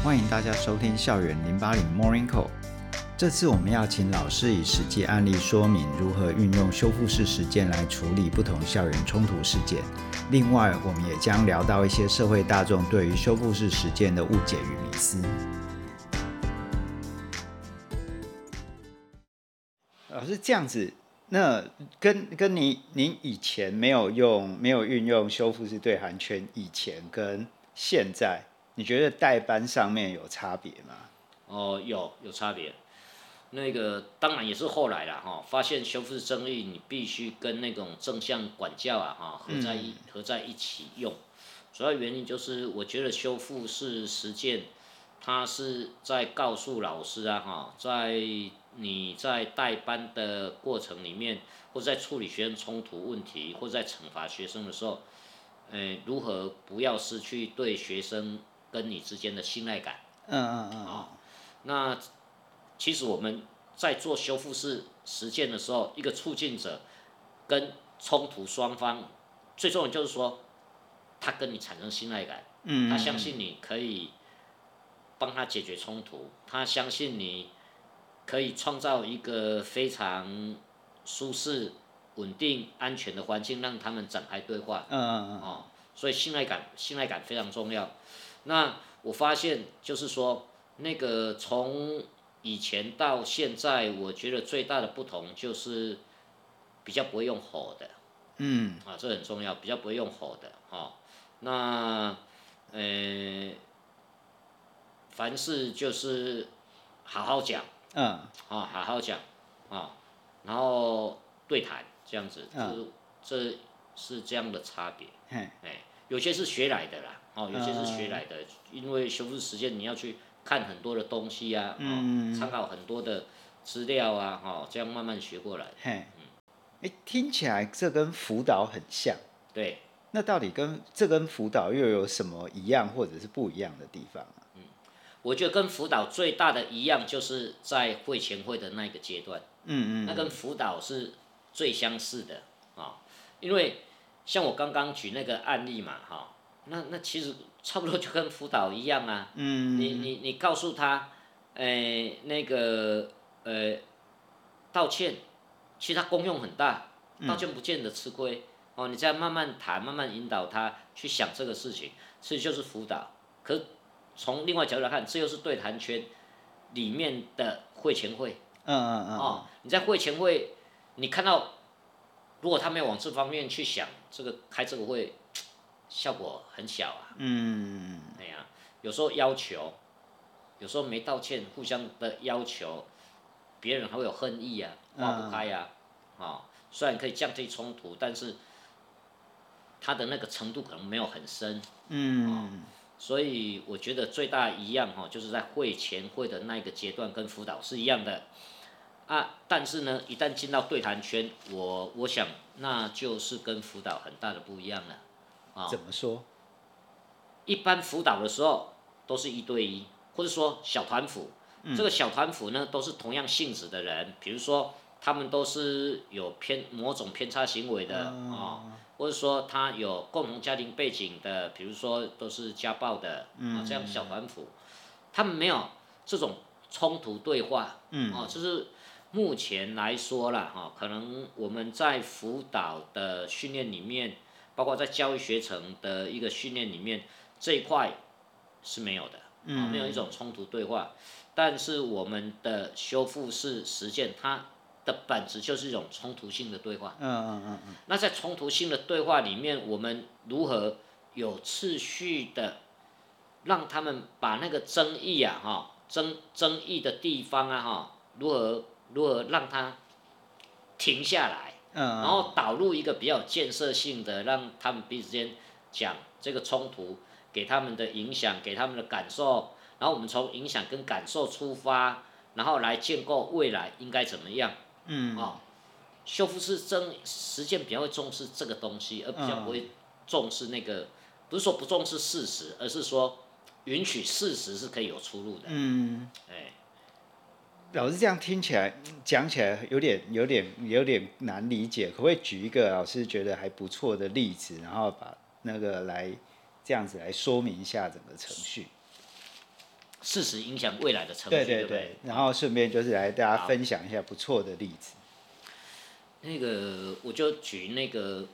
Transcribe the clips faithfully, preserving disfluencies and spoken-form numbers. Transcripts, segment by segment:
欢迎大家收听校园零八零 Morning Call。这次我们要请老师以实际案例说明如何运用修复式实践来处理不同校园冲突事件。另外，我们也将聊到一些社会大众对于修复式实践的误解与迷思。老师，这样子，那跟跟你您以前没有用、没有运用修复式对谈圈以前跟现在，你觉得带班上面有差别吗？ 哦，有有差别。那个当然也是后来啦，哈，发现修复式正义你必须跟那种正向管教啊，哈，合在一、嗯、合在一起用。主要原因就是我觉得修复式实践，它是在告诉老师啊，哈，在你在带班的过程里面，或者在处理学生冲突问题，或者在惩罚学生的时候，呃，如何不要失去对学生跟你之间的信赖感。 嗯嗯嗯。 哦，那其实我们在做修复式实践的时候，一个促进者跟冲突双方，最重要就是说，他跟你产生信赖感， 嗯， 他相信你可以帮他解决冲突，他相信你可以创造一个非常舒适、稳定、安全的环境，让他们展开对话。 嗯嗯嗯。 哦，所以信赖感，信赖感非常重要。那我发现就是说，那个从以前到现在，我觉得最大的不同就是比较不会用吼的。 嗯。 啊，这很重要，比较不会用吼的。哦，那呃，凡事就是好好讲。 嗯。 啊，好好讲。啊，然后对谈这样子， 嗯， 这这是这样的差别。 嘿， 哎，有些是学来的啦，哦，有些是学来的，因为修复实践你要去看很多的东西啊，哦，参考很多的资料啊，哦，这样慢慢学过来。 嘿，嗯，听起来这跟辅导很像。 对。 那到底跟这跟辅导又有什么一样或者是不一样的地方啊？ 嗯，我觉得跟辅导最大的一样就是在会前会的那个阶段。 嗯嗯。 那跟辅导是最相似的啊，哦，因为像我刚刚举那个案例嘛，哈，哦，那那其实差不多就跟辅导一样啊。 嗯。 你你你告诉他，诶，那个呃道歉，其实它功用很大，道歉不见得吃亏。哦，你再慢慢谈，慢慢引导他去想这个事情，其实就是辅导。可是从另外角度来看，这又是对谈圈里面的会前会。 嗯嗯嗯。 哦，你在会前会，你看到如果他没有往这方面去想，这个开这个会效果很小啊。 嗯。 哎呀，有时候要求，有时候没道歉，互相的要求，别人还会有恨意啊，化不开啊。啊，哦，虽然可以降低冲突，但是他的那个程度可能没有很深。 嗯。 哦，所以我觉得最大一样哈，就是在会前会的那一个阶段跟辅导是一样的。啊，但是呢，一旦进到对谈圈，我我想那就是跟辅导很大的不一样了。啊， 怎么说？ 一般辅导的时候都是一对一，或者说小团辅。嗯，这个小团辅呢，都是同样性质的人，比如说他们都是有偏某种偏差行为的啊， 嗯， 哦，或者说他有共同家庭背景的，比如说都是家暴的。嗯，啊，这样小团辅，他们没有这种冲突对话。嗯，哦，就是目前来说啦，哈，可能我们在辅导的训练里面，包括在教育学程的一个训练里面，这一块是没有的。嗯，没有一种冲突对话。但是我们的修复式实践，它的本质就是一种冲突性的对话。 嗯嗯嗯嗯。 那在冲突性的对话里面，我们如何有次序的让他们把那个争议啊，哈，争争议的地方啊，哈，如何如何让它停下来，然后导入一个比较有建设性的，让他们彼此间讲这个冲突给他们的影响，给他们的感受，然后我们从影响跟感受出发，然后来建构未来应该怎么样。嗯，哦，修复式真实践比较会重视这个东西，而比较不会重视那个，不是说不重视事实，而是说允许事实是可以有出入的。嗯，哎， 老师这样听起来讲起来有点有点有点难理解，可不可以举一个老师觉得还不错的例子，然后把那个来这样子来说明一下整个程序？ 事实影响未来的程序， 对对对不对？ 然后顺便就是来大家分享一下不错的例子。 那个我就举那个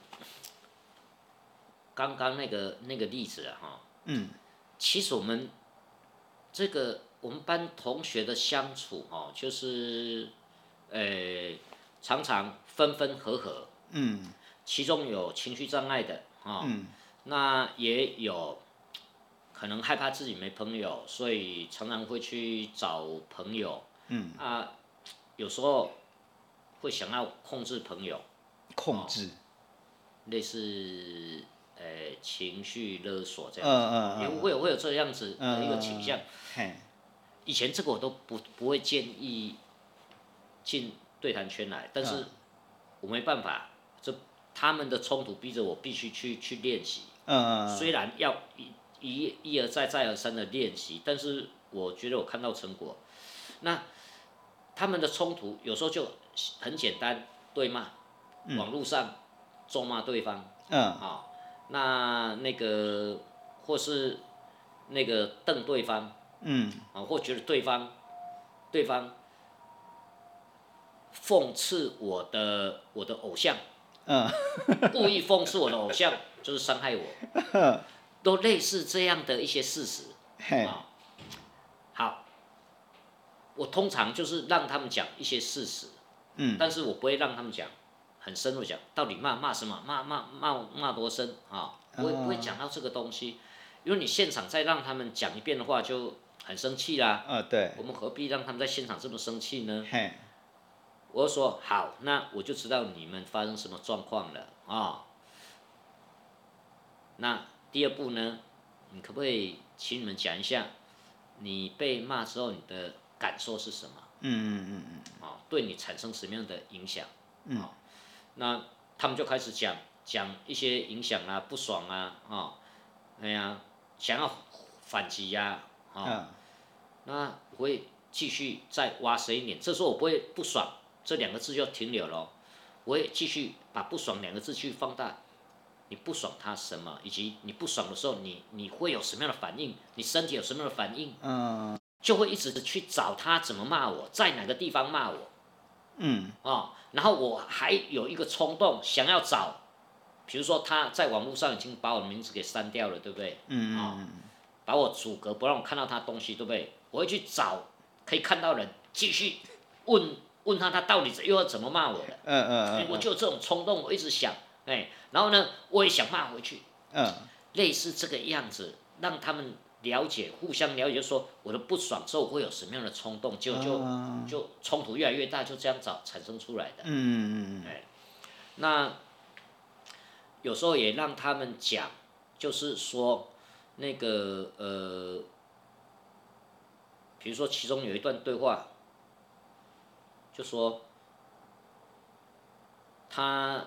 刚刚那个那个例子啊，哈， 嗯， 其实我们这个我们班同学的相处哦，就是呃常常分分合合， 嗯， 其中有情绪障碍的啊、哦嗯， 那也有可能害怕自己没朋友，所以常常会去找朋友， 嗯， 啊，有时候会想要控制朋友， 控制， 类似呃情绪勒索这嗯样子， 嗯嗯， 也会有会有这样子的一个倾嗯， 向。 嘿， 以前这个我都不不会建议进对谈圈来，但是嗯我没办法，这他们的冲突逼着我必须去去练习。 嗯虽然要一一一而再再而三的练习，但是我觉得我看到成果。那他们的冲突有时候就很简单，对骂，网络上咒骂对方， 嗯， 啊、那那个或是那个瞪对方， 嗯， 啊、或觉得对方对方讽刺我的我的偶像， 嗯， 故意讽刺我的偶像，就是伤害我，都类似这样的一些事实。 嘿， 啊、好，我通常就是让他们讲一些事实， 嗯， 但是我不会让他们讲很深入讲，到底骂骂什么，骂骂骂骂多深啊？不会不会讲到这个东西，因为你现场再让他们讲一遍的话，就很生气啦。 啊对， 我们何必让他们在现场这么生气呢？ 嘿， 我就说好，那我就知道你们发生什么状况了啊。那第二步呢，你可不可以请你们讲一下，你被骂之后你的感受是什么？ 嗯嗯嗯啊，对你产生什么样的影响？ 嗯， 啊，那他们就开始讲讲一些影响啊、不爽啊，啊，哎呀，想要反击呀、啊，啊， 嗯， 那我会继续再挖深一点。这时候我不会不爽这两个字就停留了，我会继续把不爽两个字去放大。你不爽他什么，以及你不爽的时候，你你会有什么样的反应？你身体有什么样的反应？ 嗯， 就会一直去找他怎么骂我，在哪个地方骂我嗯， 啊、哦？然后我还有一个冲动，想要找，比如说他在网络上已经把我的名字给删掉了，对不对？ 嗯啊、 嗯把我阻隔，不让我看到他东西，对不对？我会去找可以看到人，继续问问他他到底又要怎么骂我的。 嗯嗯哎， 嗯， 我就有这种冲动，我一直想，哎，然后呢，我也想骂回去， 嗯， 类似这个样子，让他们了解，互相了解，就说我的不爽之后会有什么样的冲动，就就嗯就冲突越来越大，就这样找产生出来的。 嗯嗯哎，那有时候也让他们讲，就是说那个呃，比如说其中有一段对话，就说他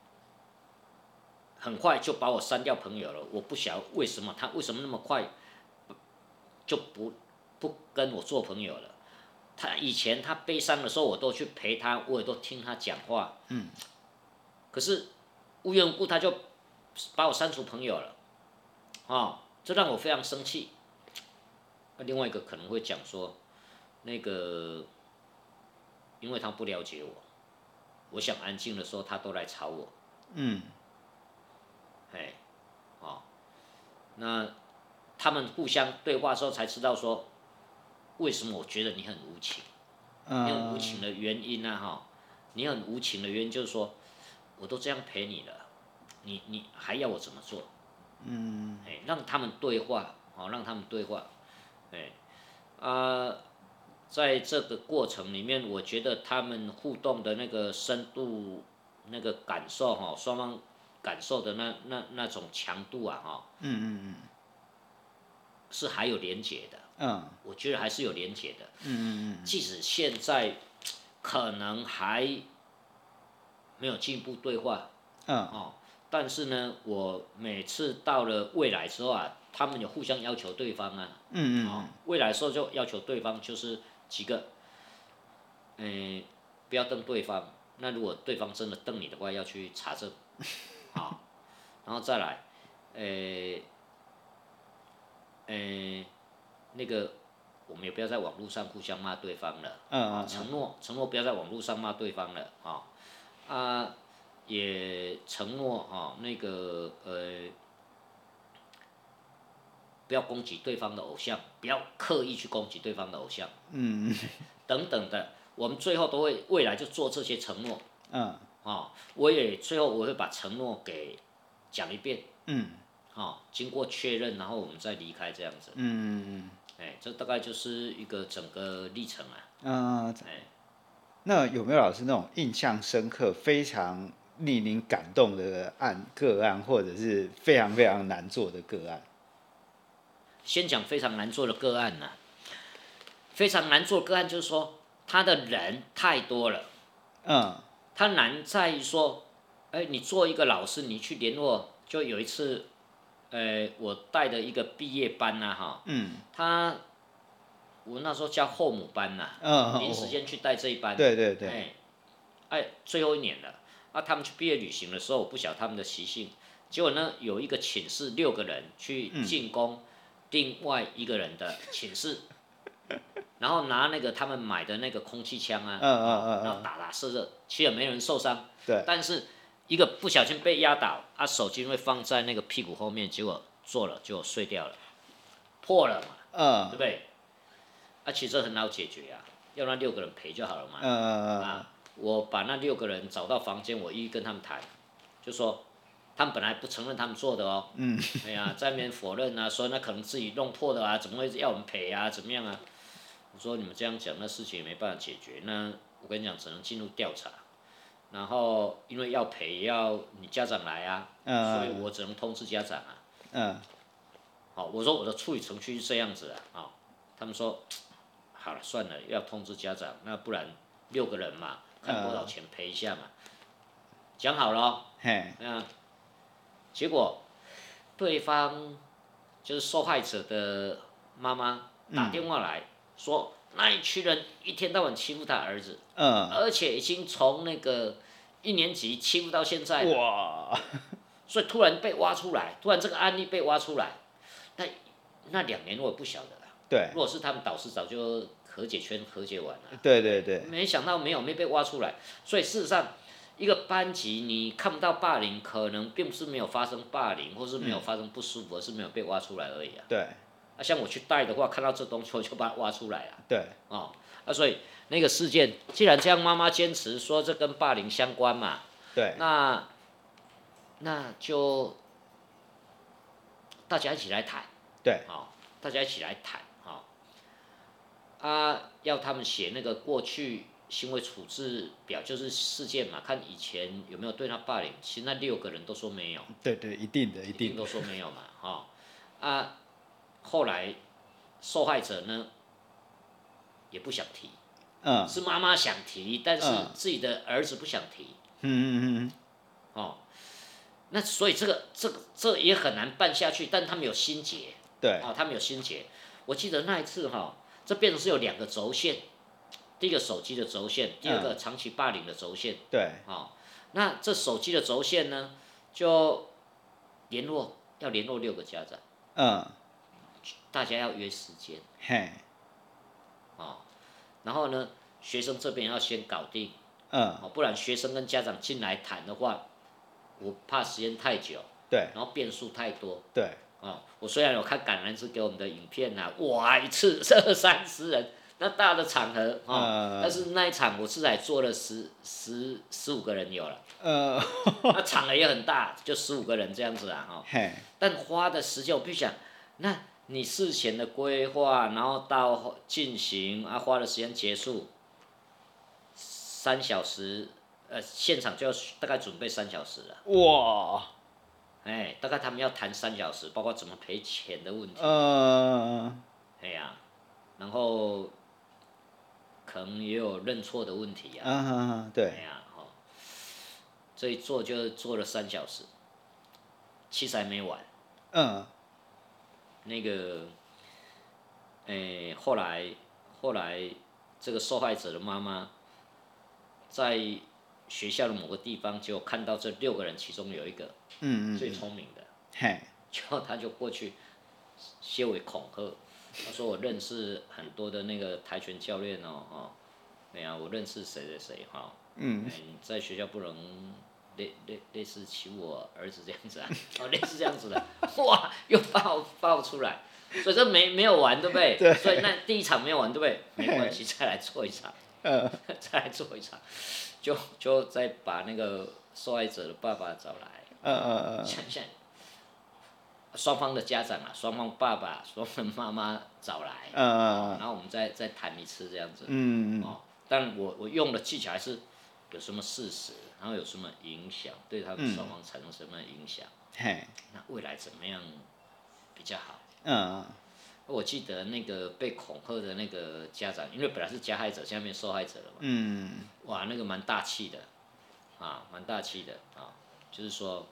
很快就把我删掉朋友了，我不晓得为什么他为什么那么快就不不跟我做朋友了。他以前他悲伤的时候，我都去陪他，我也都听他讲话。 嗯。 可是无缘无故他就把我删除朋友了，啊、哦，这让我非常生气。那另外一个可能会讲说，那个因为他不了解我，我想安静的时候他都来吵我。 嗯。 哎，哦，那他们互相对话之后才知道说，为什么我觉得你很无情？ 嗯。 你很无情的原因呢、啊？哈，你很无情的原因就是说，我都这样陪你了，你你还要我怎么做？ 嗯。 哎，让他们对话，好、哦，让他们对话，哎，啊，在这个过程里面，我觉得他们互动的那个深度、那个感受，哈、哦，双方感受的那那那种强度啊，哈、哦， 嗯嗯嗯， 是还有连结的。 嗯。 我觉得还是有连结的。 嗯嗯嗯。 即使现在可能还没有进一步对话， 嗯。 哦，但是呢，我每次到了未来之后啊，他们有互相要求对方啊， 嗯嗯哦，未来的时候就要求对方就是几个，嗯，不要瞪对方。那如果对方真的瞪你的话，要去查证，好、哦，然后再来，呃，呃，那个我们也不要在网络上互相骂对方了， 嗯啊，承诺承诺不要在网络上骂对方了，啊，啊，也承诺啊那个呃。不要攻击对方的偶像，不要刻意去攻击对方的偶像， 嗯等等的，我们最后都会未来就做这些承诺， 嗯啊，我也最后我会把承诺给讲一遍， 嗯啊，经过确认，然后我们再离开这样子， 嗯哎，这大概就是一个整个历程啊， 嗯， 哎， 那有没有老师那种印象深刻、非常令您感动的案个案，或者是非常非常难做的个案？ 先讲非常难做的个案呢、啊，非常难做的个案就是说他的人太多了， 嗯， 他难在于说，哎，你做一个老师，你去联络，就有一次，呃，我带的一个毕业班呐、啊，哈， 嗯， 他，我那时候叫后母班呐、 嗯， 临时间去带这一班， 对对对， 哎，哎，最后一年了，啊，他们去毕业旅行的时候，我不晓得他们的习性，结果呢，有一个寝室六个人去进攻另外一个人的寝室。然后拿那个他们买的那个空气枪啊， 嗯嗯嗯， 然后打打射射，其实没人受伤， 对， 但是一个不小心被压倒，啊，手机会放在那个屁股后面，结果做了就碎掉了，破了嘛， 嗯， 对不对？啊，其实很好解决啊，要那六个人赔就好了嘛， 嗯嗯嗯， 啊，我把那六个人找到房间，我一一跟他们谈，就说他们本来不承认他们做的哦， 嗯， 哎呀，在那边否认啊，说那可能自己弄破的啊，怎么会要我们赔啊，怎么样啊？我说你们这样讲，那事情也没办法解决。那我跟你讲，只能进入调查。然后因为要赔，要你家长来啊， 嗯， 所以我只能通知家长啊。 嗯， 好，我说我的处理程序是这样子啊，啊，他们说好了，算了，要通知家长，那不然六个人嘛，看多少钱赔一下嘛。讲好了、哦， 嘿， 那结果对方就是受害者的妈妈打电话来、说，那一群人一天到晚欺负他儿子， 嗯， 而且已经从那个一年级欺负到现在了， 哇， 所以突然被挖出来，突然这个案例被挖出来，那那两年我也不晓得了。 对如，果是他们导师早就和解圈和解完了， 对对对， 没想到没有没被挖出来，所以事实上。一个班级你看不到霸凌，可能并不是没有发生霸凌，或是没有发生不舒服，而是没有被挖出来而已啊。 对， 啊，像我去带的话，看到这东西我就把它挖出来了。 对， 哦，啊，所以那个事件，既然这样，妈妈坚持说这跟霸凌相关嘛， 对， 那那就大家一起来谈， 对， 好、哦，大家一起来谈，好、哦，啊，要他们写那个过去行为处置表，就是事件嘛，看以前有没有对他霸凌。其实那六个人都说没有， 对对，一定的，一一定定都说没有嘛，哈、哦，啊，后来受害者呢也不想提， 嗯， 是妈妈想提，但是嗯自己的儿子不想提， 嗯嗯嗯， 哦，那所以这个这个这个也很难办下去，但他们有心结， 对， 哦，他们有心结。我记得那一次哈、哦，这变成是有两个轴线，第一个手机的轴线，第二个长期霸凌的轴线， 对， 哦，那这手机的轴线呢，就联络要联络六个家长， 嗯， 大家要约时间， 嘿， 哦，然后呢，学生这边要先搞定， 嗯， 哦，不然学生跟家长进来谈的话，我怕时间太久， 对， 然后变数太多， 对， 哦，我虽然有看感染师给我们的影片呐、啊，哇，一次二三十人，那大的场合哦， 嗯但是那一场我是才做了十十十五个人有了， 呃， 那场合也很大，就十五个人这样子啊，哈、 嘿， 但花的时间我必须想，那你事前的规划，然后到进行啊，花的时间结束，三小时，呃，现场就要大概准备三小时了。 哇， 哎，大概他们要谈三小时，包括怎么赔钱的问题。 嗯， 哎呀，然后可能也有认错的问题呀、啊。 嗯， 哎对， 呀，哦，这一做就做了三小时，其实还没完。 嗯， 那个，哎，后来后来这个受害者的妈妈在学校的某个地方，就看到这六个人其中有一个嗯嗯， 最聪明的， 嘿， 就他就过去些微恐吓， 他说我认识很多的那个跆拳教练哦，哦，对啊，我认识谁谁谁哈，嗯，你在学校不能类类类似欺负我儿子这样子啊，哦，类似这样子的，哇，又爆爆出来，所以这没没有完，对不对？ 对所以那第一场没有完，对不对？没关系，再来做一场， 呃， 再来做一场，就就再把那个受害者的爸爸找来， 呃呃呃， 想想双方的家长啊，双方爸爸、双方妈妈找来， 呃呃然后我们再再谈一次这样子， 嗯哦，但我我用的技巧还是有什么事实，然后有什么影响，对他们双方产生什么影响， 嘿， 那未来怎么样比较好？ 嗯我记得那个被恐吓的那个家长，因为本来是加害者，现在变受害者了嘛， 嗯哇，那个蛮大气的，啊，蛮大气的啊，就是说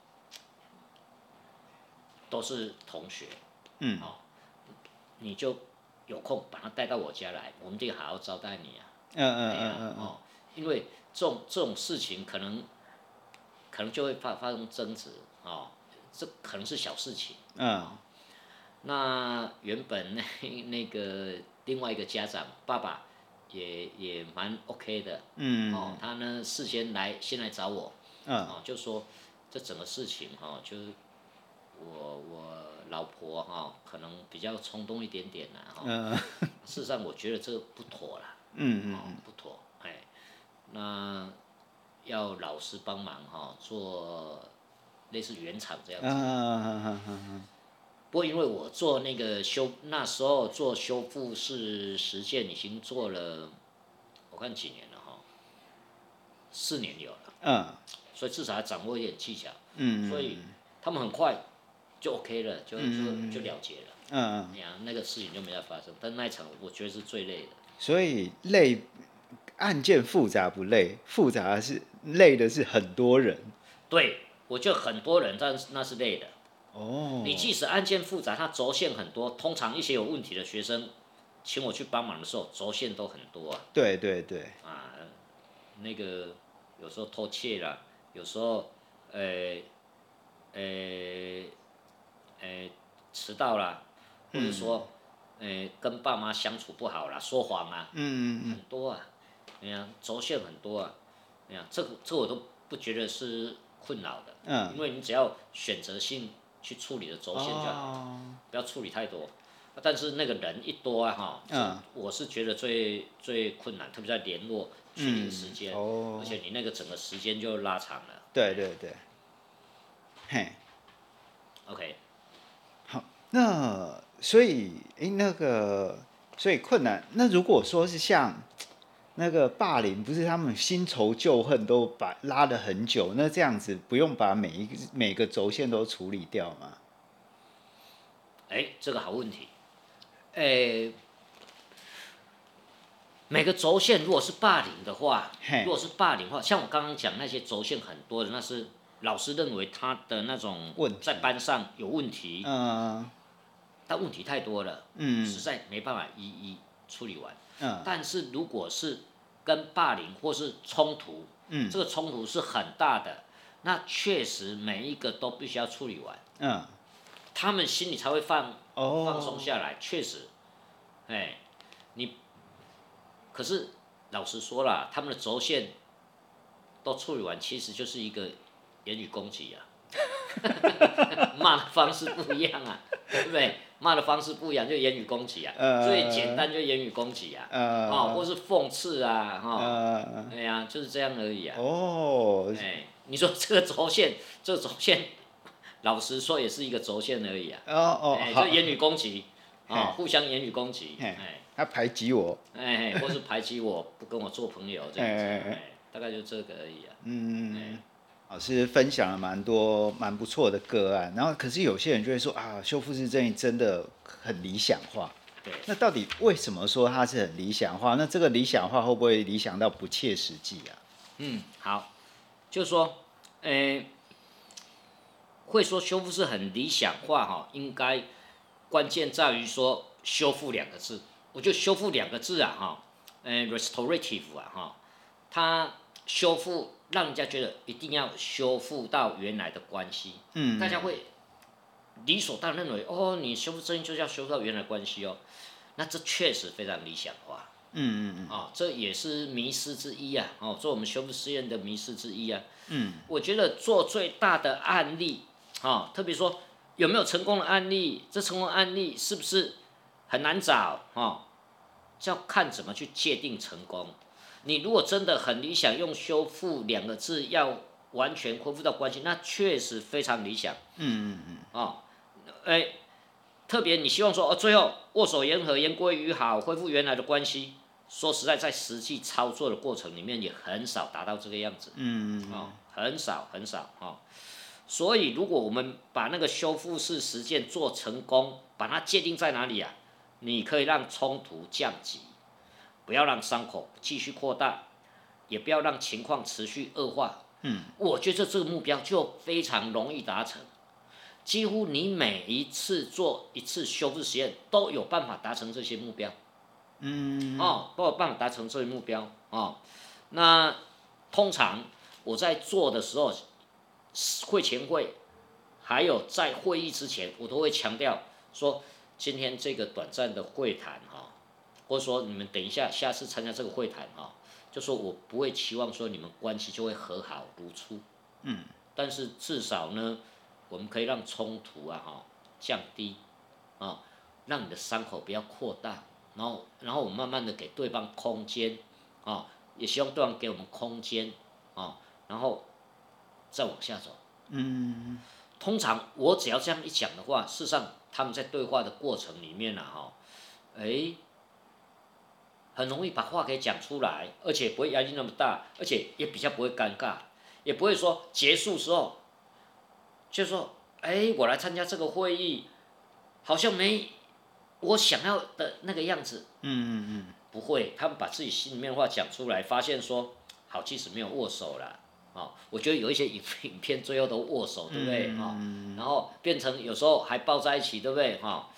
都是同学， 嗯， 哦，你就有空把他带到我家来，我们一定好好招待你啊， 嗯嗯哎呀嗯嗯哦，因为这种这种事情可能可能就会发发生争执哦，这可能是小事情。 嗯那原本那那个另外一个家长爸爸也也蛮 OK 的， 嗯哦，他呢事先来先来找我， 嗯哦，就说这整个事情哈、哦，就是我我老婆哈、哦，可能比较冲动一点点啦哈、 嗯事实上我觉得这个不妥啦，哦嗯嗯， 不妥，哎，那要老师帮忙哈、哦，做类似原厂这样子。 嗯嗯嗯不过因为我做那个修，那时候做修复式实践已经做了，我看几年了哈，四年有了， 嗯所以至少还掌握一点技巧， 嗯， 所以他们很快就 OK 了，就就嗯就了结了， 嗯， 哎呀，那个事情就没再发生。但那一场我觉得是最累的， 所以累案件复杂不累？复杂的是累的是很多人。 对我觉得很多人，但是那是累的。 哦， 你即使案件复杂，它轴线很多，通常一些有问题的学生，请我去帮忙的时候，轴线都很多啊。 对对对， 啊，那个有时候偷窃啦，有时候呃呃呃迟到啦，或者说呃跟爸妈相处不好啦，说谎啊， 嗯嗯很多啊，你看轴线很多啊，你看这个这个我都不觉得是困扰的， 嗯， 因为你只要选择性去处理的轴线就好， 哦， 不要处理太多。但是那个人一多啊哈， 嗯我是觉得最最困难，特别在联络确定时间， 哦而且你那个整个时间就拉长了。 对对对，嘿， OK， 好，那所以诶那个，所以困难。那如果说是像那个霸凌，不是他们新仇旧恨都把拉了很久，那这样子不用把每一个每个轴线都处理掉吗？ 哎，这个好问题。哎，每个轴线如果是霸凌的话， 嘿如果是霸凌的话，像我刚刚讲那些轴线很多的，那是老师认为他的那种问题在班上有问题， 嗯但问题太多了， 嗯实在没办法一一处理完。 嗯但是如果是跟霸凌或是冲突， 嗯这个冲突是很大的，那确实每一个都必须要处理完， 嗯， 他们心里才会放哦， 放松下来。确实，哎，你可是老实说啦，他们的轴线都处理完，其实就是一个言语攻击啊，骂的方式不一样啊，对不对？骂的方式不一样，就言语攻击啊， 呃最简单就言语攻击啊， 呃哦，或是讽刺啊，哈、 呃哎呀，就是这样而已啊。 哦， 哎，你说这个轴线，这个轴线，老实说也是一个轴线而已啊。 哦哦哎， 好就，言语攻击，啊、 嘿互相言语攻击， 嘿哎他排挤我， 哎，或是排挤我，不跟我做朋友这样子， 哎哎哎哎，大概就这个而已啊。 嗯。老师分享了蛮多蛮不错的个案，然后可是有些人就会说啊，修复式正义真的很理想化。 对， 那到底为什么说它是很理想化？那这个理想化会不会理想到不切实际啊？ 嗯，好，就是说，诶、会说修复是很理想化哈，应该关键在于说修复两个字。我觉得修复两个字啊哈，呃，restorative 啊哈，它修复让人家觉得一定要修复到原来的关系， 嗯， 大家会理所当然认为哦，你修复正义就是要修复到原来的关系哦。 那这确实非常理想化。 嗯嗯嗯， 哦，这也是迷思之一啊！哦，做我们修复实验的迷思之一啊。 嗯， 我觉得做最大的案例，哦，特别说有没有成功的案例，这成功的案例是不是很难找？哦，就要看怎么去界定成功。你如果真的很理想，用修复两个字要完全恢复到关系，那确实非常理想。 嗯嗯嗯， 哦，哎，特别你希望说哦，最后握手言和，言归于好，恢复原来的关系。说实在，在实际操作的过程里面，也很少达到这个样子。 嗯嗯哦，很少很少哦。所以，如果我们把那个修复式实践做成功，把它界定在哪里啊？你可以让冲突降级，不要让伤口继续扩大，也不要让情况持续恶化。 嗯， 我觉得这个目标就非常容易达成。几乎你每一次做一次修复实验，都有办法达成这些目标。 嗯， 哦，都有办法达成这些目标哦。那通常我在做的时候，会前会，还有在会议之前，我都会强调说，今天这个短暂的会谈哈、哦，或者说你们等一下下次参加这个会谈哈、哦，就说我不会期望说你们关系就会和好如初， 嗯， 但是至少呢，我们可以让冲突啊哈、哦、降低，啊、哦，让你的伤口不要扩大。然后，然后我们慢慢的给对方空间，啊、哦，也希望对方给我们空间，啊、哦，然后再往下走。 嗯， 通常我只要这样一讲的话，事实上他们在对话的过程里面啊，哈，哎，很容易把话给讲出来，而且不会压力那么大，而且也比较不会尴尬，也不会说结束时候就说，哎，我来参加这个会议，好像没我想要的那个样子。 嗯嗯不会，他们把自己心里面的话讲出来，发现说，好，即使没有握手啦，哦，我觉得有一些影影片最后都握手，对不对？哈、 嗯， 然后变成有时候还抱在一起，对不对？哈、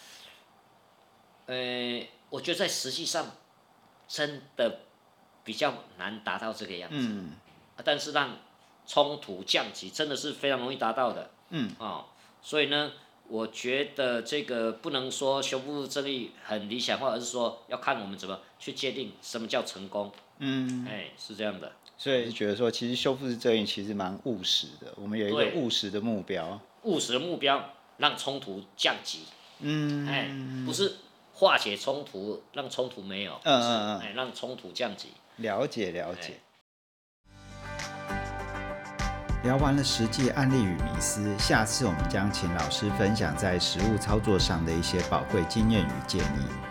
呃，我觉得在实际上真的比较难达到这个样子， 嗯但是让冲突降级真的是非常容易达到的， 嗯， 哦，所以呢。我觉得这个不能说修复正义很理想化，而是说要看我们怎么去界定什么叫成功。 嗯， 哎，是这样的。 所以觉得说，其实修复式正义其实蛮务实的，我们有一个务实的目标。 务实的目标让冲突降级。 嗯， 哎，不是化解冲突，让冲突没有。 嗯嗯嗯， 哎，让冲突降级。 了解了解。 哎聊完了实际案例与迷思，下次我们将请老师分享在实务操作上的一些宝贵经验与建议。